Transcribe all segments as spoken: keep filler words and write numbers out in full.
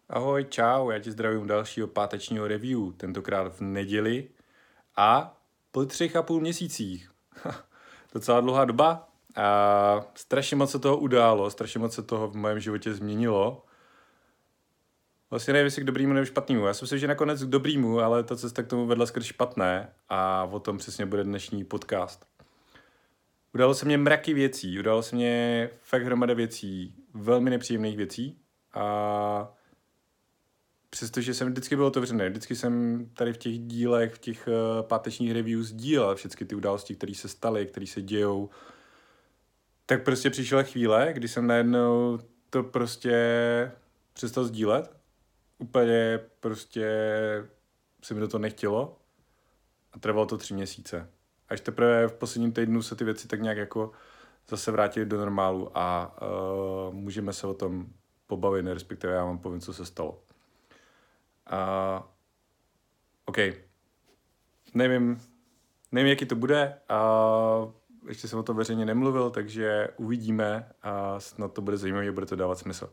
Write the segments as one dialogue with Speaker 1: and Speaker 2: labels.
Speaker 1: Ahoj, čau, já tě zdravím u dalšího pátečního review, tentokrát v neděli a po třech a půl měsících. Docela dlouhá doba a strašně moc se toho událo, strašně moc se toho v mém životě změnilo. Vlastně nevím, jestli k dobrýmu nebo špatnému. Já jsem si, že nakonec k dobrýmu, ale ta cesta k tomu vedla skrz špatné a o tom přesně bude dnešní podcast. Udalo se mě mraky věcí, udalo se mě fakt hromada věcí, velmi nepříjemných věcí a přestože jsem vždycky byl otevřený, vždycky jsem tady v těch dílech, v těch uh, pátečních reviews sdílel všechny ty události, které se staly, které se dějou, tak prostě přišla chvíle, kdy jsem najednou to prostě přestal sdílet. Úplně prostě se mi do toho nechtělo a trvalo to tři měsíce. Až teprve v posledním týdnu se ty věci tak nějak jako zase vrátily do normálu a uh, můžeme se o tom pobavit, respektive já vám povím, co se stalo. Uh, OK. Nevím, nevím, jaký to bude. Uh, ještě jsem o tom veřejně nemluvil, takže uvidíme a snad to bude zajímavé, bude to dávat smysl.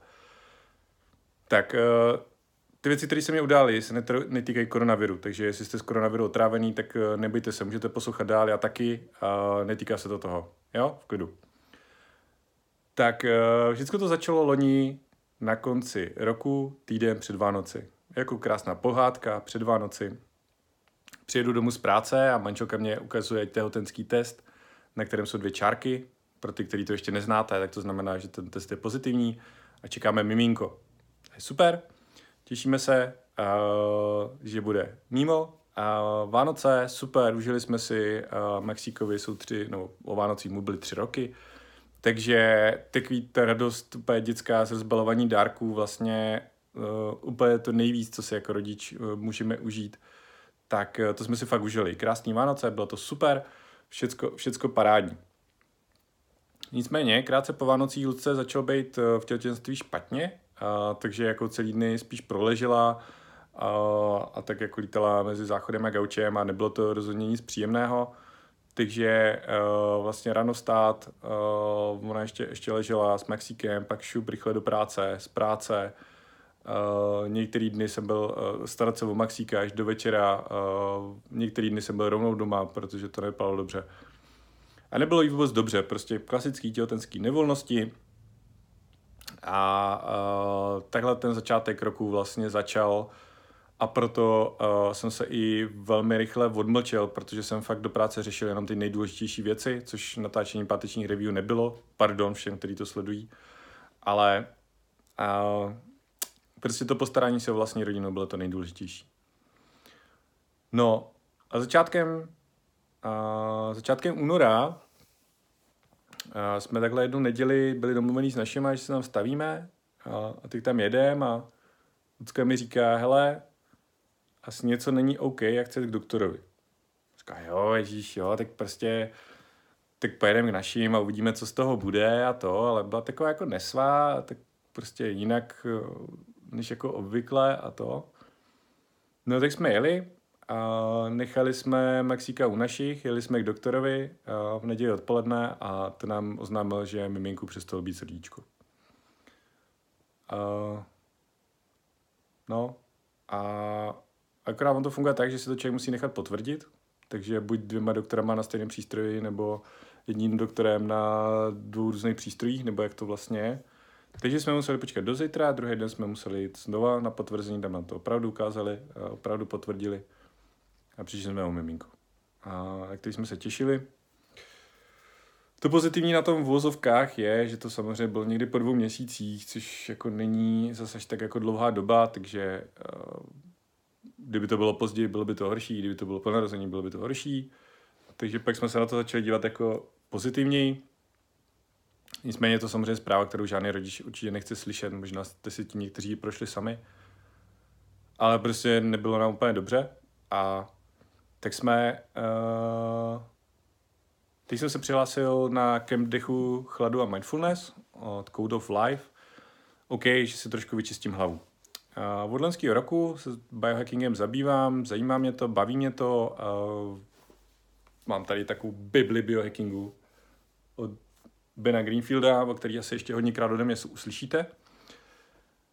Speaker 1: Tak, uh, ty věci, které se mě udály, se netr- netýkají koronaviru, takže jestli jste z koronaviru otrávený, tak uh, nebojte se, můžete poslouchat dál, já taky, uh, netýká se to toho. Jo, v klidu. Tak, uh, vždycky to začalo loni na konci roku, týden před Vánoci. Jako krásná pohádka před Vánoci. Přijedu domů z práce a manželka mě ukazuje těhotenský test, na kterém jsou dvě čárky. Pro ty, kteří to ještě neznáte, tak to znamená, že ten test je pozitivní a čekáme miminko. Je super, těšíme se, uh, že bude mimo. Uh, Vánoce, super, užili jsme si, uh, Mexikovi jsou tři, no o Vánocích mu byly tři roky, takže takový ta radost úplně dětská z rozbalování dárků vlastně uh, úplně to nejvíc, co si jako rodič uh, můžeme užít. Tak uh, to jsme si fakt užili. Krásný Vánoce, bylo to super, všecko, všecko parádní. Nicméně, krátce po Vánocích Lucce začal být uh, v těhotenství špatně, uh, takže jako celý dny spíš proležela uh, a tak jako lítala mezi záchodem a gaučem a nebylo to rozhodně nic příjemného. Takže uh, vlastně ráno vstát, uh, ona ještě, ještě ležela s Mexíkem, pak šup rychle do práce, z práce. Uh, některý dny jsem byl uh, starat se o Maxíka až do večera, uh, některý dny jsem byl rovnou doma, protože to nevypadalo dobře. A nebylo jí vůbec dobře, prostě klasický těhotenský nevolnosti. A uh, takhle ten začátek roku vlastně začal a proto uh, jsem se i velmi rychle odmlčel, protože jsem fakt do práce řešil jenom ty nejdůležitější věci, což natáčení pátečních review nebylo. Pardon všem, kteří to sledují. Ale uh, prostě to postarání se o vlastní rodinu bylo to nejdůležitější. No a začátkem, uh, začátkem února uh, jsme takhle jednu neděli byli domluvení s našima, že se tam stavíme uh, a teď tam jedem a Lucka mi říká, hele, asi něco není OK, jak chce k doktorovi. Říká, jo, ježíš, jo, tak prostě tak pojedeme k našim a uvidíme, co z toho bude a to, ale byla taková jako nesvá, tak prostě jinak, než jako obvykle a to. No tak jsme jeli a nechali jsme Maxíka u našich, jeli jsme k doktorovi v neděli odpoledne a ten nám oznámil, že miminku přestalo být srdíčko. A, no a akorát on to funguje tak, že si to člověk musí nechat potvrdit, takže buď dvěma doktorama na stejném přístroji, nebo jedním doktorem na dvou různých přístrojích, nebo jak to vlastně je. Takže jsme museli počkat do zítra, druhý den jsme museli jít znova na potvrzení, tam nám to opravdu ukázali, opravdu potvrdili a přišli jsme o miminko. A když jsme se těšili. To pozitivní na tom v uvozovkách je, že to samozřejmě bylo někdy po dvou měsících, což jako není zase až tak jako dlouhá doba, takže uh, kdyby to bylo později, bylo by to horší, kdyby to bylo po narození, bylo by to horší. Takže pak jsme se na to začali dívat jako pozitivněji. Nicméně je to samozřejmě zpráva, kterou žádný rodič určitě nechce slyšet, možná jste si tím někteří prošli sami. Ale prostě nebylo nám úplně dobře a tak jsme... Uh, teď jsem se přihlásil na Camp Dechu chladu a mindfulness od Code of Life. OK, že si trošku vyčistím hlavu. Uh, od loňského roku se biohackingem zabývám, zajímá mě to, baví mě to. Uh, mám tady takovou bibli biohackingu od Bena Greenfielda, o který asi ještě hodněkrát ode mě uslyšíte.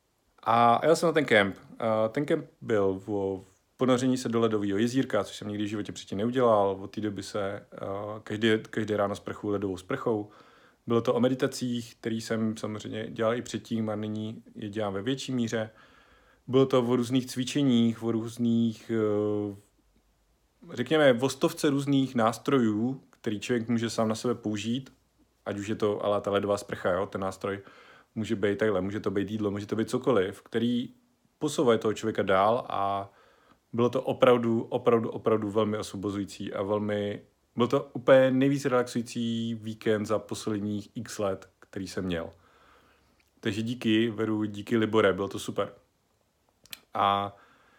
Speaker 1: A jel jsem na ten kemp. Ten kemp byl o ponoření se do ledového jezírka, což jsem nikdy v životě předtím neudělal. Od té doby se každý, každý ráno sprchu ledovou sprchou. Bylo to o meditacích, který jsem samozřejmě dělal i předtím a nyní je dělám ve větší míře. Bylo to o různých cvičeních, o různých, řekněme, o stovce různých nástrojů, který člověk může sám na sebe použít, ať už je to ale ta ledová sprcha, jo, ten nástroj může být takhle, může to být jídlo, může to být cokoliv, který posouvá toho člověka dál a bylo to opravdu, opravdu, opravdu velmi osvobozující a velmi, byl to úplně nejvíc relaxující víkend za posledních x let, který jsem měl. Takže díky, Veru, díky Libore, bylo to super. A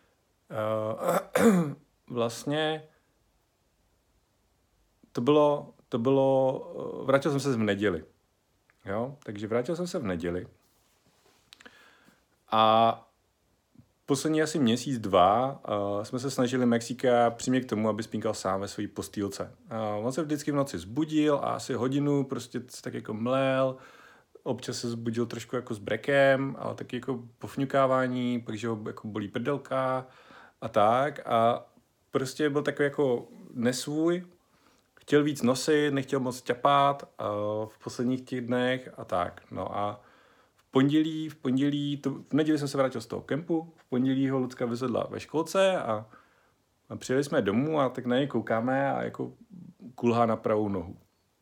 Speaker 1: uh, vlastně to bylo, to bylo, vrátil jsem se v neděli. Jo, takže vrátil jsem se v neděli. A poslední asi měsíc, dva uh, jsme se snažili Mexika přimět k tomu, aby spínkal sám ve své postýlce. Uh, on se vždycky v noci zbudil a asi hodinu prostě tak jako mlel. Občas se zbudil trošku jako s brekem, ale taky jako pofňukávání, takže ho jako bolí prdelka a tak. A prostě byl takový jako nesvůj. Chtěl víc nosit, nechtěl moc ťapat uh, v posledních těch dnech a tak. No a v pondělí, v pondělí, to, v neděli jsem se vrátil z toho kempu, v pondělí ho Lucka vyzvedla ve školce a, a přijeli jsme domů a tak na něj koukáme a jako kulhá na pravou nohu.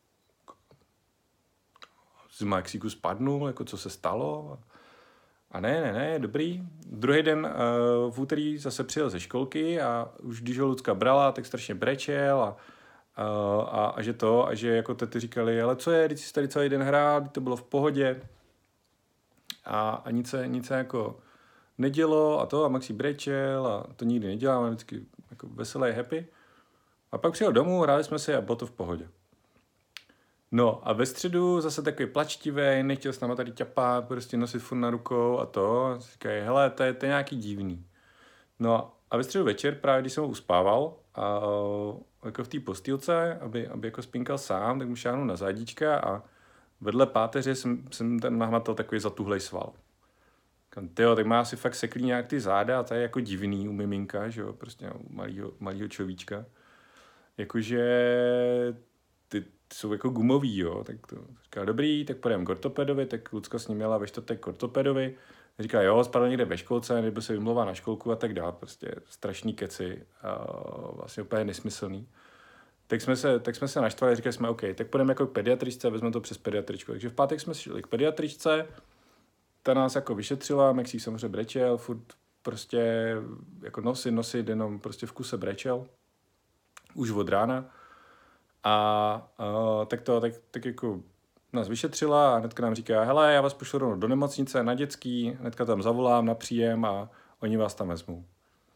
Speaker 1: Z Mexíku spadnul, jako co se stalo. A ne, ne, ne, dobrý. Druhý den uh, v úterý zase přijel ze školky a už když ho Lucka brala, tak strašně brečel a Uh, a, a že to, a že jako tety říkali, ale co je, když jsi tady celý den hrál, to bylo v pohodě a, a nic se, nic se jako nedělo a to a Maxi brečel a to nikdy neděláme, vždycky jako veselý, happy. A pak přijel domů, hráli jsme si a bylo to v pohodě. No a ve středu zase takový plačtivý, nechtěl s náma tady ťapat, prostě nosit furt na rukou a to. A říkají, hele, to je, to je nějaký divný. No a ve středu večer, právě když jsem ho uspával, a jako v té postýlce, aby, aby jako spinkal sám, tak mu šáhnu na zádička a vedle páteře jsem, jsem tam nahmatal takový zatuhlej sval. Říkám, tyjo, tak má asi fakt seklý nějak ty záda a to je jako divný u miminka, že jo, prostě u malýho, malýho človíčka. Jakože ty, ty jsou jako gumový, jo, tak to říká, dobrý, tak půjdeme k ortopedovi, tak Lucka s ním jela ve čtvrtek k ortopedovi. Říká, jo, spadl někde ve školce, nebo se vymlouvá na školku a tak dále, prostě strašný keci, a vlastně úplně nesmyslný. Tak jsme se, tak jsme se naštvali a říkali jsme, OK, tak půjdeme jako k pediatričce a vezmeme to přes pediatričku. Takže v pátek jsme šli k pediatričce, ta nás jako vyšetřila, Mexík samozřejmě brečel, furt prostě jako nosit, nosit, jenom prostě v kuse brečel, už od rána. A, a tak to, tak, tak jako nás vyšetřila a hnedka nám říká, hele, já vás pošlu rovnou do nemocnice na dětský, hnedka tam zavolám na příjem a oni vás tam vezmou.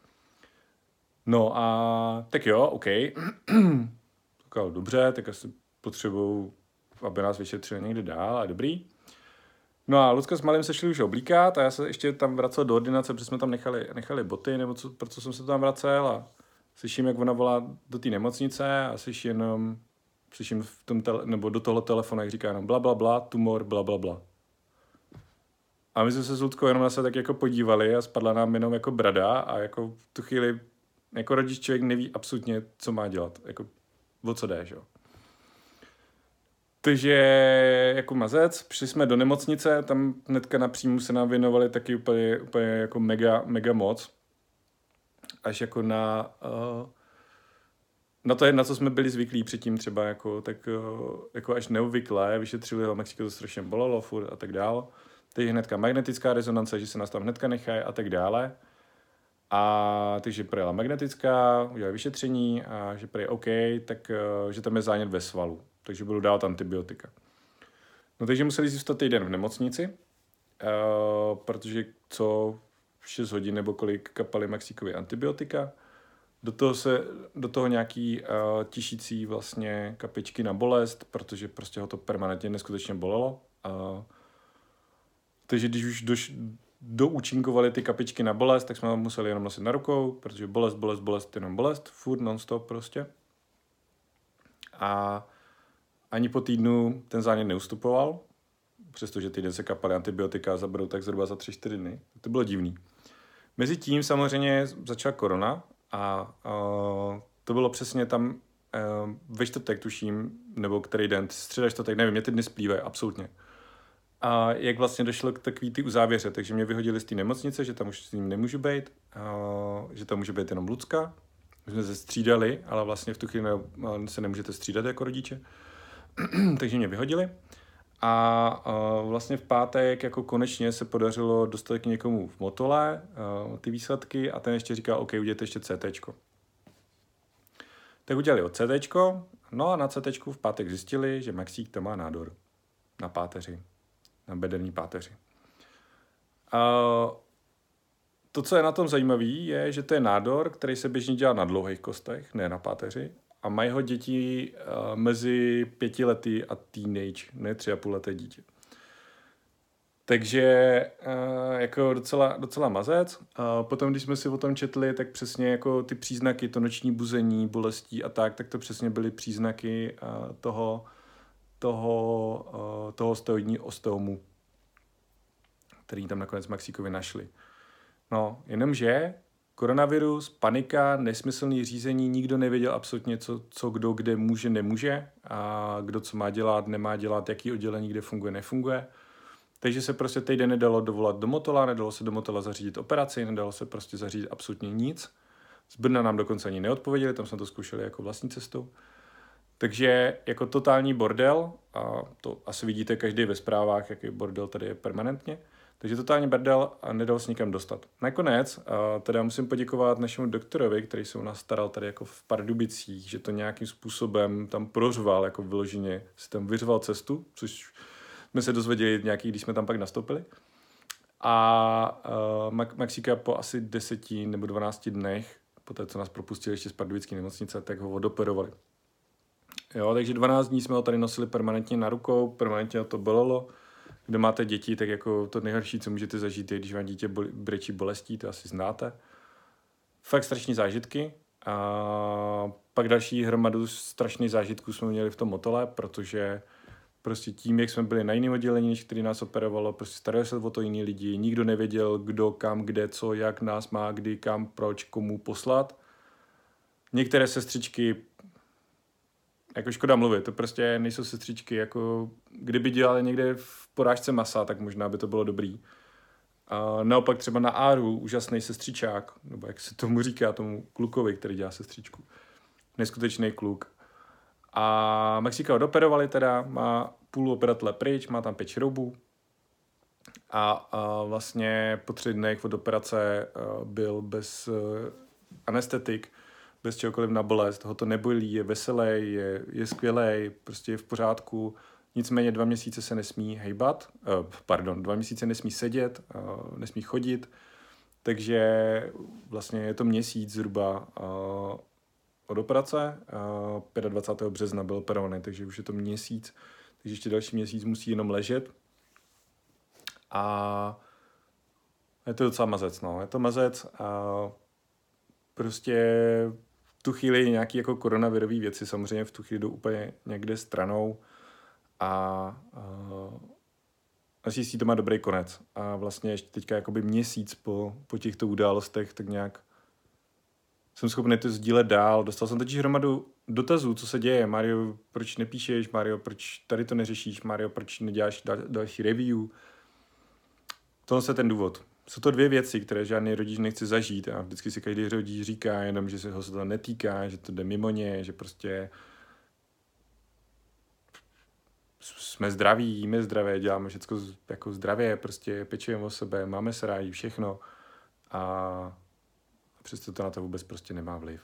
Speaker 1: No a tak jo, OK. Říkal, dobře, tak asi potřebuju, aby nás vyšetřili někde dál a dobrý. No a Lucka s malým se šli už oblíkat a já se ještě tam vracel do ordinace, protože jsme tam nechali, nechali boty, nebo co, proto jsem se tam vracel a slyším, jak ona volá do té nemocnice a slyším jenom, slyším v tom tele, nebo do toho telefonu, jak říká jenom bla, bla, bla, tumor, bla, bla, bla. A my jsme se s Luckou jenom na se tak jako podívali a spadla nám jenom jako brada a jako v tu chvíli jako rodič člověk neví absolutně, co má dělat, jako o co jde, že jo. Takže jako mazec, přišli jsme do nemocnice, tam hnedka napřímo se nám věnovali taky úplně, úplně jako mega, mega moc. Až jako na, uh, na to, na co jsme byli zvyklí předtím třeba, jako, tak uh, jako až neobvyklé, vyšetřili ho, Mexiko to strašně bolelo furt a tak dál. Teď hnedka magnetická rezonance, že se nás tam hnedka nechají a tak dále. A takže projela magnetická, udělali vyšetření a že prý OK, tak uh, že tam je zánět ve svalu. Takže budu dát antibiotika. No takže museli zůstat týden v nemocnici, uh, protože co šest hodin nebo kolik kapali Mexikovi antibiotika. Do toho se, do toho nějaký uh, tišící vlastně kapičky na bolest, protože prostě ho to permanentně neskutečně bolelo. Uh, takže když už doš, doučinkovali ty kapičky na bolest, tak jsme ho museli jenom nosit na rukou, protože bolest, bolest, bolest, jenom bolest, furt non-stop prostě. A ani po týdnu ten zánět neustupoval. přestože týden se kapaly antibiotika a zaberou tak zhruba za tři čtyři dny. To bylo divný. Mezitím samozřejmě začala korona a uh, to bylo přesně tam uh, ve čtvrtek, tuším, nebo který den, středa, čtvrtek, nevím, mě ty dny splývají, absolutně. A jak vlastně došlo k takový ty uzávěře, takže mě vyhodili z té nemocnice, že tam už s ním nemůžu být, uh, že tam může být jenom Lucka. My jsme se střídali, ale vlastně v tu chvíli se nemůžete střídat jako rodiče. Takže mě vyhodili. A uh, vlastně v pátek jako konečně se podařilo dostat k někomu v Motole uh, ty výsledky a ten ještě říkal, OK, udělejte ještě CTčko. Tak udělali od CTčko, no a na CTčku v pátek zjistili, že Maxík tam má nádor na páteři, na bederní páteři. Uh, to, co je na tom zajímavé, je, že to je nádor, který se běžně dělá na dlouhých kostech, ne na páteři. A mají ho děti uh, mezi pěti lety a teenage, ne tři a půl leté dítě. Takže uh, jako docela, docela mazec. Uh, potom, když jsme si o tom četli, tak přesně jako ty příznaky, to noční buzení, bolestí a tak, tak to přesně byly příznaky uh, toho, toho, uh, toho steroidní osteomu, který tam nakonec Maxíkovi našli. No, jenomže koronavirus, panika, nesmyslný řízení, nikdo nevěděl absolutně, co, co kdo kde může, nemůže a kdo co má dělat, nemá dělat, jaký oddělení kde funguje, nefunguje. Takže se prostě týden nedalo dovolat do Motola, nedalo se do Motola zařídit operaci, nedalo se prostě zařídit absolutně nic. Z Brna nám dokonce ani neodpověděli, tam jsme to zkoušeli jako vlastní cestou. Takže jako totální bordel, a to asi vidíte každý ve zprávách, jaký bordel tady je permanentně. Takže totálně bordel a nedal se nikam dostat. Nakonec teda musím poděkovat našemu doktorovi, který se u nás staral tady jako v Pardubicích, že to nějakým způsobem tam prořval, jako vyloženě si tam vyřval cestu, což jsme se dozvěděli nějaký, když jsme tam pak nastoupili. A uh, Maxíka po asi deseti nebo dvanácti dnech, po té, co nás propustili ještě z pardubické nemocnice, tak ho odoperovali. Jo, takže dvanáct dní jsme ho tady nosili permanentně na rukou, permanentně to bolelo. Kdo máte děti, tak jako to nejhorší, co můžete zažít, je, když vám dítě boli, brečí bolestí, to asi znáte. Fakt strašný zážitky. A pak další hromadu strašných zážitků jsme měli v tom Motole, protože prostě tím, jak jsme byli na jiném oddělení, než který nás operovalo, prostě starali se o to jiní lidi, nikdo nevěděl, kdo, kam, kde, co, jak nás má, kdy, kam, proč, komu poslat. Některé sestřičky, jako škoda mluvit, to prostě nejsou sestřičky, jako kdyby dělali někde v porážce masa, tak možná by to bylo dobrý. A naopak třeba na Áru, úžasný sestřičák, nebo jak se tomu říká, tomu klukovi, který dělá sestřičku. Neskutečný kluk. A Maxíka ho doperovali teda, má půl operatele pryč, má tam pět šroubů. A, a vlastně po tři dnech od operace byl bez uh, anestetik, bez čehokoliv na bolest, ho to nebolí, je veselý, je, je skvělý, prostě je v pořádku. Nicméně dva měsíce se nesmí hejbat, uh, pardon, dva měsíce nesmí sedět, uh, nesmí chodit, takže vlastně je to měsíc zhruba uh, od operace, uh, dvacátého pátého března byl operovaný, takže už je to měsíc, takže ještě další měsíc musí jenom ležet. A je to docela mazec, no, je to mazec a prostě v tu chvíli nějaké jako koronavirové věci samozřejmě v tu chvíli jdou úplně někde stranou a uh, naštěstí to má dobrý konec. A vlastně ještě teďka jakoby měsíc po, po těchto událostech tak nějak jsem schopný to sdílet dál. Dostal jsem totiž hromadu dotazů, co se děje. Mario, proč nepíšeš? Mario, proč tady to neřešíš? Mario, proč neděláš dal, další review? Tohle je ten důvod. Jsou to dvě věci, které žádný rodič nechce zažít a vždycky si každý rodič říká jenom, že se ho se to netýká, že to jde mimo ně, že prostě jsme zdraví, jíme zdravé, děláme všechno jako zdravě, prostě pečujeme o sebe, máme se rádi, všechno a přesto to na to vůbec prostě nemá vliv.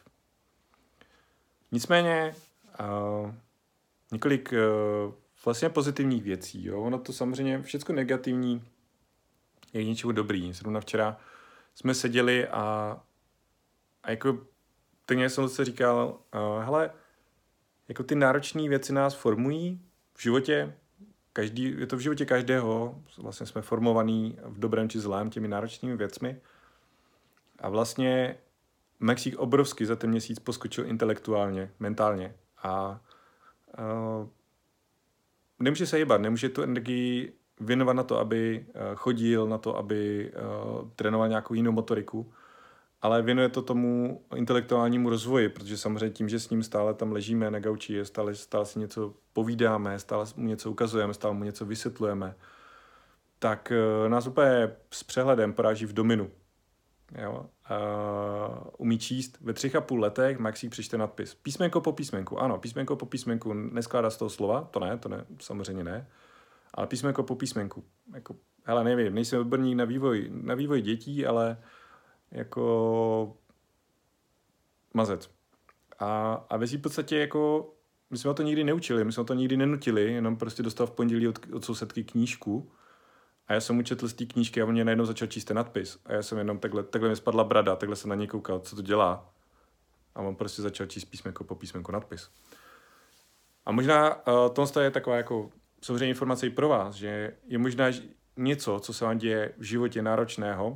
Speaker 1: Nicméně uh, několik uh, vlastně pozitivních věcí, jo? Ono to samozřejmě všechno negativní je k něčemu dobrý. Zrovna včera jsme seděli a, a jako tak nějak jsem se říkal, uh, hele, jako ty náročné věci nás formují v životě, každý, je to v životě každého, vlastně jsme formovaní v dobrém či zlém těmi náročnými věcmi a vlastně Maxík obrovsky za ten měsíc poskočil intelektuálně, mentálně a uh, nemůže se hýbat, nemůže tu energii věnovat na to, aby chodil, na to, aby trénoval nějakou jinou motoriku, ale věnuje to tomu intelektuálnímu rozvoji, protože samozřejmě tím, že s ním stále tam ležíme na gauči, stále, stále si něco povídáme, stále mu něco ukazujeme, stále mu něco vysvětlujeme, tak nás úplně s přehledem poráží v dominu. Jo? Uh, umí číst ve třech a půl letech, Maxík přečte nadpis. Písmenko po písmenku, ano, písmenko po písmenku, neskládá z toho slova, to ne, to ne, samozřejmě ne, ale písmenko po písmenku. Jako, hele, nevím, nejsem odborník na vývoj, na vývoj dětí, ale jako mazec. A, a ve v podstatě jako, my jsme ho to nikdy neučili, my jsme ho to nikdy nenutili, jenom prostě dostal v pondělí od, od sousedky knížku a já jsem mu četl z té knížky a on mě najednou začal číst ten nadpis. A já jsem jenom takhle, takhle mi spadla brada, takhle jsem na něj koukal, co to dělá. A on prostě začal číst písmenko po písmenku nadpis. A možná uh, tohle je taková jako samozřejmě informace i pro vás, že je možná něco, co se vám děje v životě náročného,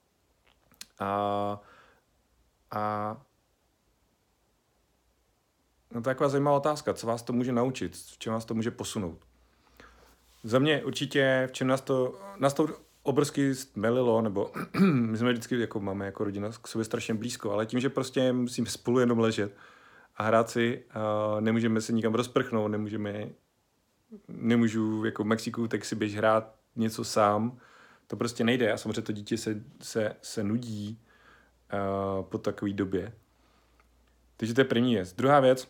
Speaker 1: A, a no to je taková zajímavá otázka, co vás to může naučit, v čem vás to může posunout. Za mě určitě, v čem nás to, nás to obrovsky stmelilo, nebo my jsme vždycky, jako máme jako rodina k sobě strašně blízko, ale tím, že prostě musíme spolu jenom ležet a hrát si, a nemůžeme se nikam rozprchnout, nemůžeme, nemůžu jako v Mexiku, tak si běž hrát něco sám, to prostě nejde a samozřejmě to dítě se, se, se nudí uh, po takové době. Takže to je první věc. Druhá věc,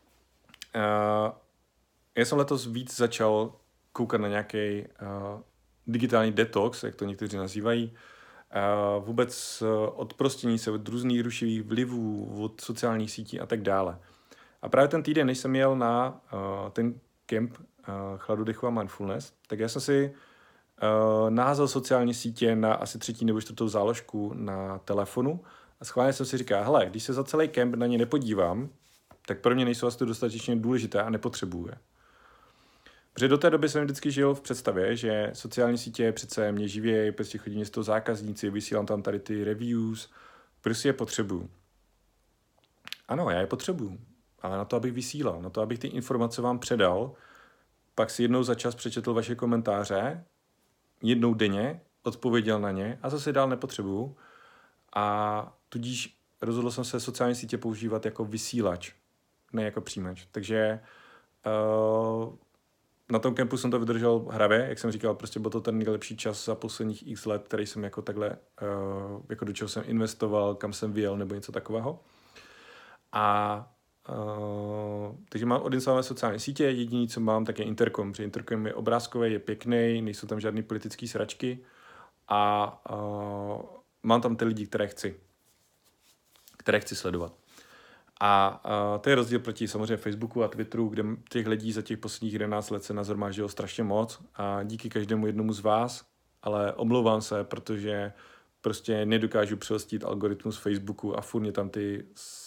Speaker 1: uh, já jsem letos víc začal koukat na nějaký uh, digitální detox, jak to někteří nazývají, uh, vůbec uh, odprostění se od různých rušivých vlivů, od sociálních sítí a tak dále. A právě ten týden, než jsem jel na uh, ten kemp uh, chladu, dechu a mindfulness, tak já jsem si Uh, naházel sociální sítě na asi třetí nebo čtvrtou záložku na telefonu a schválně jsem si říkal, hele, když se za celý kemp na ně nepodívám, tak pro mě nejsou asi dostatečně důležité a nepotřebuju je. Protože do té doby jsem vždycky žil v představě, že sociální sítě přece mě živějí, prostě chodí mě z toho zákazníci, vysílám tam tady ty reviews, prostě je potřebuju. Ano, já je potřebuju, ale na to, abych vysílal, na to, abych ty informace vám předal, pak si jednou za čas přečetl vaše komentáře, jednou denně, odpověděl na ně a zase dál nepotřebuju. A tudíž rozhodl jsem se sociální sítě používat jako vysílač, ne jako přijímač. Takže uh, na tom kempu jsem to vydržel hravě, jak jsem říkal, prostě byl to ten nejlepší čas za posledních x let, který jsem jako takhle, uh, jako do čeho jsem investoval, kam jsem vyjel nebo něco takového. A Uh, takže mám odinstalované sociální sítě, jediný, co mám, tak je Intercom, protože Intercom je obrázkový, je pěkný, nejsou tam žádný politický sračky a uh, mám tam ty lidi, které chci, které chci sledovat. A uh, to je rozdíl proti samozřejmě Facebooku a Twitteru, kde těch lidí za těch posledních jedenáct let se nazhromáždilo strašně moc a díky každému jednomu z vás, ale omlouvám se, protože prostě nedokážu přelstít algoritmus Facebooku a furt mě tam ty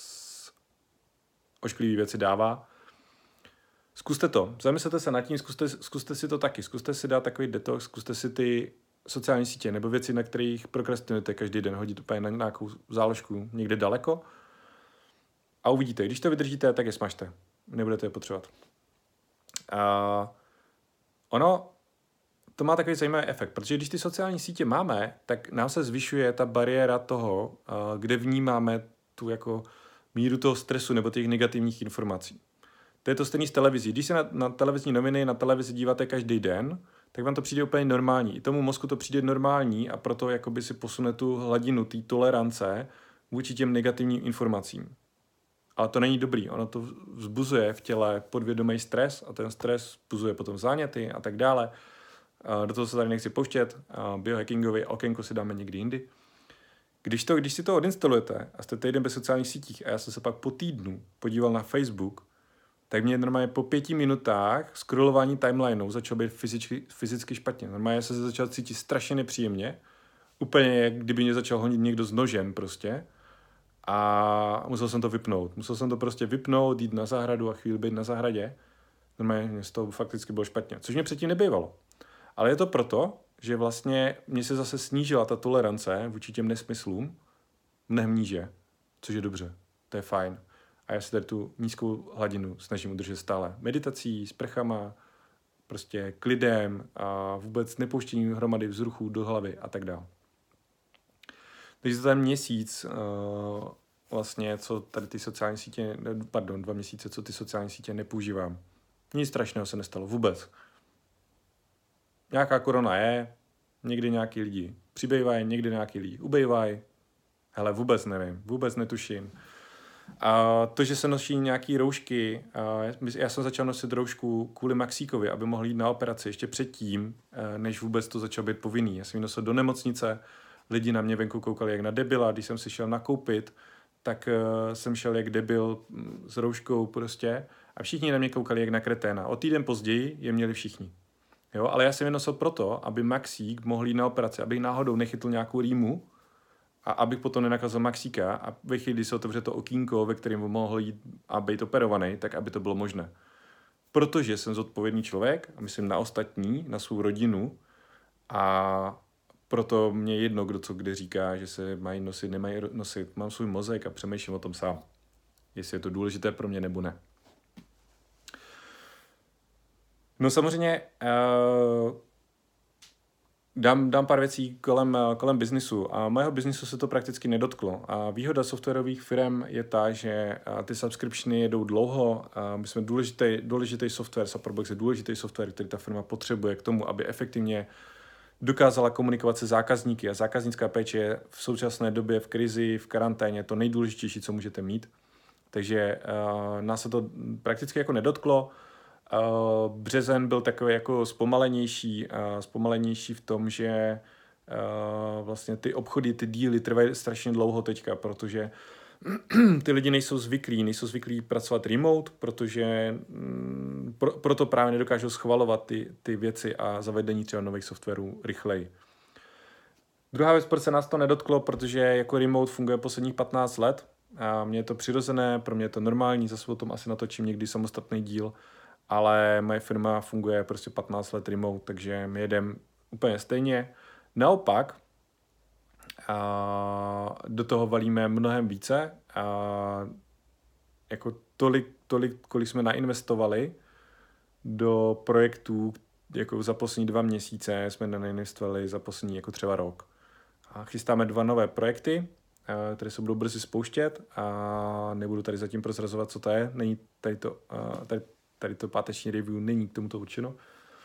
Speaker 1: ošklivý věci dává. Zkuste to. Zamyslete se nad tím, zkuste, zkuste si to taky. Zkuste si dát takový detox, zkuste si ty sociální sítě nebo věci, na kterých prokrastinujete každý den, hodit úplně na nějakou záložku někde daleko a uvidíte. Když to vydržíte, tak je smažte. Nebudete je potřebovat. A ono, to má takový zajímavý efekt, protože když ty sociální sítě máme, tak nám se zvyšuje ta bariéra toho, kde vnímáme tu jako míru toho stresu nebo těch negativních informací. To je to stejný s televizí. Když se na, na televizní noviny, na televizi díváte každý den, tak vám to přijde úplně normální. I tomu mozku to přijde normální a proto jakoby si posune tu hladinu té tolerance vůči těm negativním informacím. Ale to není dobrý. Ono to vzbuzuje v těle podvědomý stres a ten stres vzbuzuje potom záněty a tak dále. Do toho se tady nechci pouštět. Biohackingový okénko si dáme někdy jindy. Když, to, když si to odinstalujete a jste týden bez sociálních sítích a já jsem se pak po týdnu podíval na Facebook, tak mě normálně po pěti minutách scrollování timelineů začalo být fyzicky, fyzicky špatně. Normálně jsem se začal cítit strašně nepříjemně, úplně jak kdyby mě začal honit někdo s nožem prostě a musel jsem to vypnout. Musel jsem to prostě vypnout, jít na zahradu a chvíli být na zahradě. Normálně mě z toho fakticky bylo špatně, což mě předtím nebývalo. Ale je to proto, že vlastně mě se zase snížila ta tolerance vůči těm nesmyslům mnohem níže, což je dobře, to je fajn. A já si tady tu nízkou hladinu snažím udržet stále meditací, sprchama, prostě k lidem a vůbec nepouštění hromady vzruchů do hlavy a tak dále. Takže za ten měsíc uh, vlastně, co tady ty sociální sítě, pardon, dva měsíce, co ty sociální sítě nepoužívám. Nic strašného se nestalo, vůbec. Nějaká korona je, někdy nějaký lidi přibývají, někdy nějaký lidi ubývají. Hele, vůbec nevím, vůbec netuším. A to, že se nosí nějaký roušky, já jsem začal nosit roušku kvůli Maxíkovi, aby mohl jít na operaci ještě předtím, než vůbec to začalo být povinný. Já jsem ji nosil do nemocnice, lidi na mě venku koukali jak na debila, když jsem si šel nakoupit, tak jsem šel jak debil s rouškou prostě a všichni na mě koukali jak na kreténa. O týden později je měli všichni. Jo, ale já jsem je nosil proto, aby Maxík mohl jít na operaci, aby náhodou nechytl nějakou rýmu a abych potom nenakazil Maxíka a ve chvíli, kdy se otevře to okýnko, ve kterém mohl jít a být operovaný, tak aby to bylo možné. Protože jsem zodpovědný člověk a myslím na ostatní, na svou rodinu a proto mě jedno, kdo co kde říká, že se mají nosit, nemají nosit. Mám svůj mozek a přemýšlím o tom sám. Jestli je to důležité pro mě nebo ne. No samozřejmě uh, dám, dám pár věcí kolem, kolem biznisu a mého biznisu se to prakticky nedotklo. A výhoda softwarových firm je ta, že ty subscriptiony jedou dlouho. A my jsme důležitý, důležitý software, Supportbox je důležitý software, který ta firma potřebuje k tomu, aby efektivně dokázala komunikovat se zákazníky. A zákaznická péče je v současné době v krizi, v karanténě to nejdůležitější, co můžete mít. Takže uh, nás se to prakticky jako nedotklo. Uh, březen byl takový jako zpomalenější, uh, zpomalenější v tom, že uh, vlastně ty obchody, ty díly trvají strašně dlouho teďka, protože ty lidi nejsou zvyklí, nejsou zvyklí pracovat remote, protože mm, pro, proto právě nedokážou schvalovat ty, ty věci a zavedení třeba nových softwarů rychleji. Druhá věc, proč se nás to nedotklo, protože jako remote funguje posledních patnáct let a mně je to přirozené, pro mě je to normální, zase o tom asi natočím někdy samostatný díl, ale moje firma funguje prostě patnáct let remote, takže my jedeme úplně stejně. Naopak, a do toho valíme mnohem více. A jako tolik, tolik, kolik jsme nainvestovali do projektů, jako za poslední dva měsíce jsme nainvestovali za poslední jako třeba rok. A chystáme dva nové projekty, které se budou brzy spouštět a nebudu tady zatím prozrazovat, co to je. Není tady to, tady, tady to páteční review není k tomuto určeno.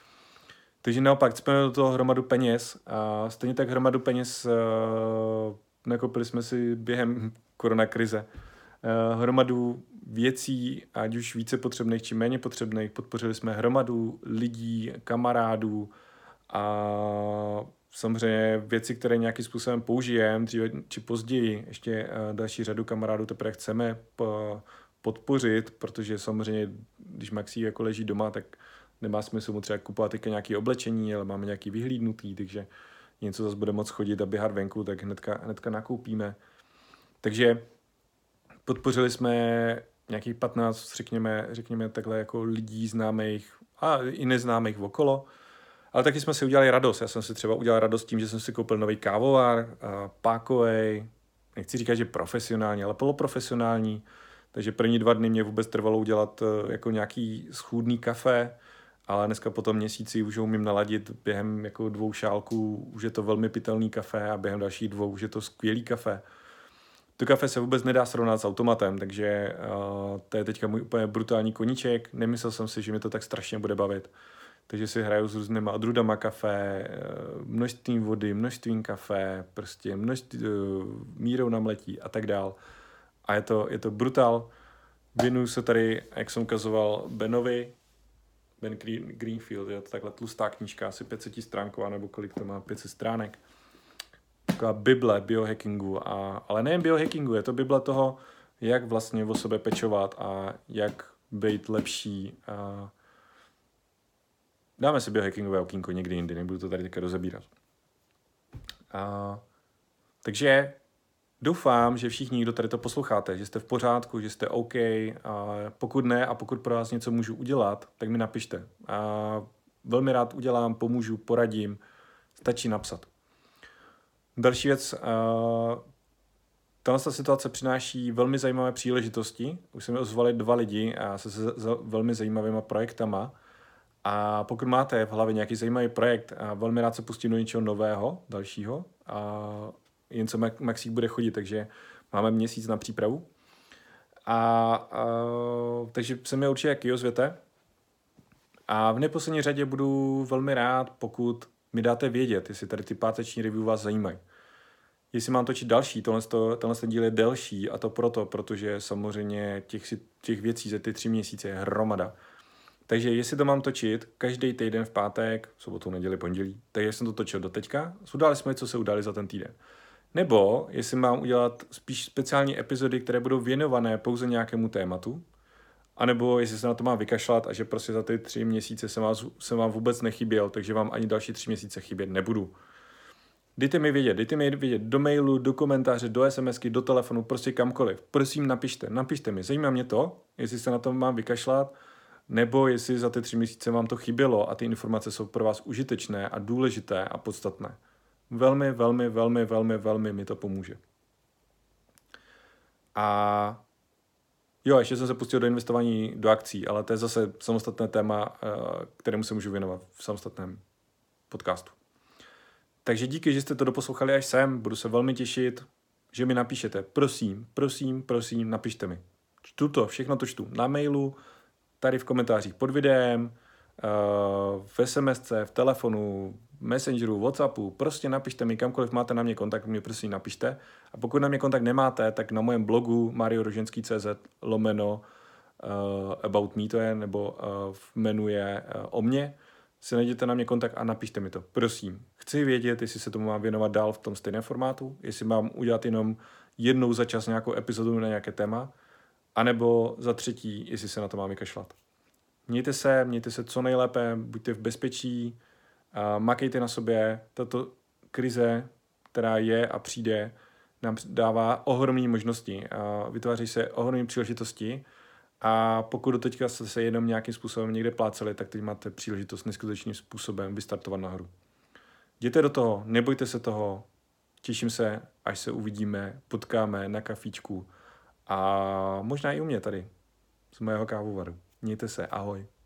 Speaker 1: Takže naopak, jsme do toho hromadu peněz a stejně tak hromadu peněz uh, nakopili jsme si během koronakrize. Uh, hromadu věcí, ať už více potřebných či méně potřebných, podpořili jsme hromadu lidí, kamarádů a samozřejmě věci, které nějakým způsobem použijeme, dříve či později, ještě uh, další řadu kamarádů teprve chceme p- podpořit, protože samozřejmě, když Maxi jako leží doma, tak nemá smysl mu třeba kupovat teďka nějaké oblečení, ale máme nějaký vyhlídnutý, takže něco zase bude moc chodit a běhat venku, tak hnedka, hnedka nakoupíme. Takže podpořili jsme nějakých patnáct, řekněme, řekněme takhle jako lidí známých a i neznámých okolo, ale taky jsme si udělali radost. Já jsem si třeba udělal radost tím, že jsem si koupil nový kávovar, pákovej, nechci říkat, že profesionální, ale poloprofesionální, takže první dva dny mě vůbec trvalo udělat jako nějaký schůdný kafe, ale dneska po tom měsíci už ho umím naladit během jako dvou šálků, už je to velmi pitelný kafe a během dalších dvou už je to skvělý kafe. To kafe se vůbec nedá srovnat s automatem, takže uh, to je teďka můj úplně brutální koníček. Nemyslel jsem si, že mi to tak strašně bude bavit. Takže si hraju s různýma odrůdama kafe, množstvím vody, množstvím kafe, prostě množství, mírou na mletí a tak dál. A je to, je to brutál. Věnuju se tady, jak jsem ukazoval, Benovi, Ben Greenfield, je to takhle tlustá knížka, asi pět set stránková, nebo kolik to má, pět set stránek. Taková bible biohackingu, a, ale nejen biohackingu, je to bible toho, jak vlastně o sebe pečovat a jak být lepší. A dáme si biohackingové okýnko někdy jindy, nebudu to tady teďka rozebírat. A, takže doufám, že všichni, kdo tady to posloucháte, že jste v pořádku, že jste OK. A pokud ne a pokud pro vás něco můžu udělat, tak mi napište. A velmi rád udělám, pomůžu, poradím. Stačí napsat. Další věc. Tato situace přináší velmi zajímavé příležitosti. Už se mi ozvali dva lidi a se, se velmi zajímavýma projektama. A pokud máte v hlavě nějaký zajímavý projekt a velmi rád se pustím do něčeho nového, dalšího, a jen co Maxík bude chodit, takže máme měsíc na přípravu. A, a takže se mi určitě jaký ozvěte. A v neposlední řadě budu velmi rád, pokud mi dáte vědět, jestli tady ty páteční review vás zajímají. Jestli mám točit další, tohle, tenhle díl je delší a to proto, protože samozřejmě těch, těch věcí za ty tři měsíce je hromada. Takže jestli to mám točit každý týden v pátek, sobotu, neděli, pondělí, tak jak jsem to točil do teďka, udali jsme, co se udali za ten týden. Nebo jestli mám udělat spíš speciální epizody, které budou věnované pouze nějakému tématu, anebo jestli se na to mám vykašlat a že prostě za ty tři měsíce jsem vám, jsem vám vůbec nechyběl, takže vám ani další tři měsíce chybět nebudu. Dejte mi vědět, dejte mi vědět do mailu, do komentáře, do SMSky, do telefonu, prostě kamkoliv. Prosím, napište, napište mi. Zajímá mě to, jestli se na to mám vykašlat, nebo jestli za ty tři měsíce vám to chybělo a ty informace jsou pro vás užitečné a důležité a podstatné. Velmi, velmi, velmi, velmi, velmi mi to pomůže. A jo, ještě jsem se pustil do investování do akcí, ale to je zase samostatné téma, kterému se můžu věnovat v samostatném podcastu. Takže díky, že jste to doposlouchali až sem, budu se velmi těšit, že mi napíšete. Prosím, prosím, prosím, napište mi. Čtu to, všechno to čtu na mailu, tady v komentářích pod videem, v SMSce, v telefonu, v Messengeru, Whatsappu, prostě napište mi, kamkoliv máte na mě kontakt, mě prosím napište. A pokud na mě kontakt nemáte, tak na mém blogu marioroženský tečka cé zet lomeno uh, about me to je, nebo uh, v menu je uh, o mně, si najděte na mě kontakt a napište mi to. Prosím, chci vědět, jestli se tomu mám věnovat dál v tom stejném formátu, jestli mám udělat jenom jednou za čas nějakou epizodu na nějaké téma, anebo za třetí, jestli se na to mám vykašlat. Mějte se, mějte se co nejlépe, buďte v bezpečí, a makejte na sobě. Tato krize, která je a přijde, nám dává ohromné možnosti a vytváří se ohromné příležitosti. A pokud do teďka jste se jenom nějakým způsobem někde pláceli, tak teď máte příležitost neskutečným způsobem vystartovat nahoru. Jděte do toho, nebojte se toho, těším se, až se uvidíme, potkáme na kafíčku a možná i u mě tady, z mého kávovaru. Mějte se, ahoj.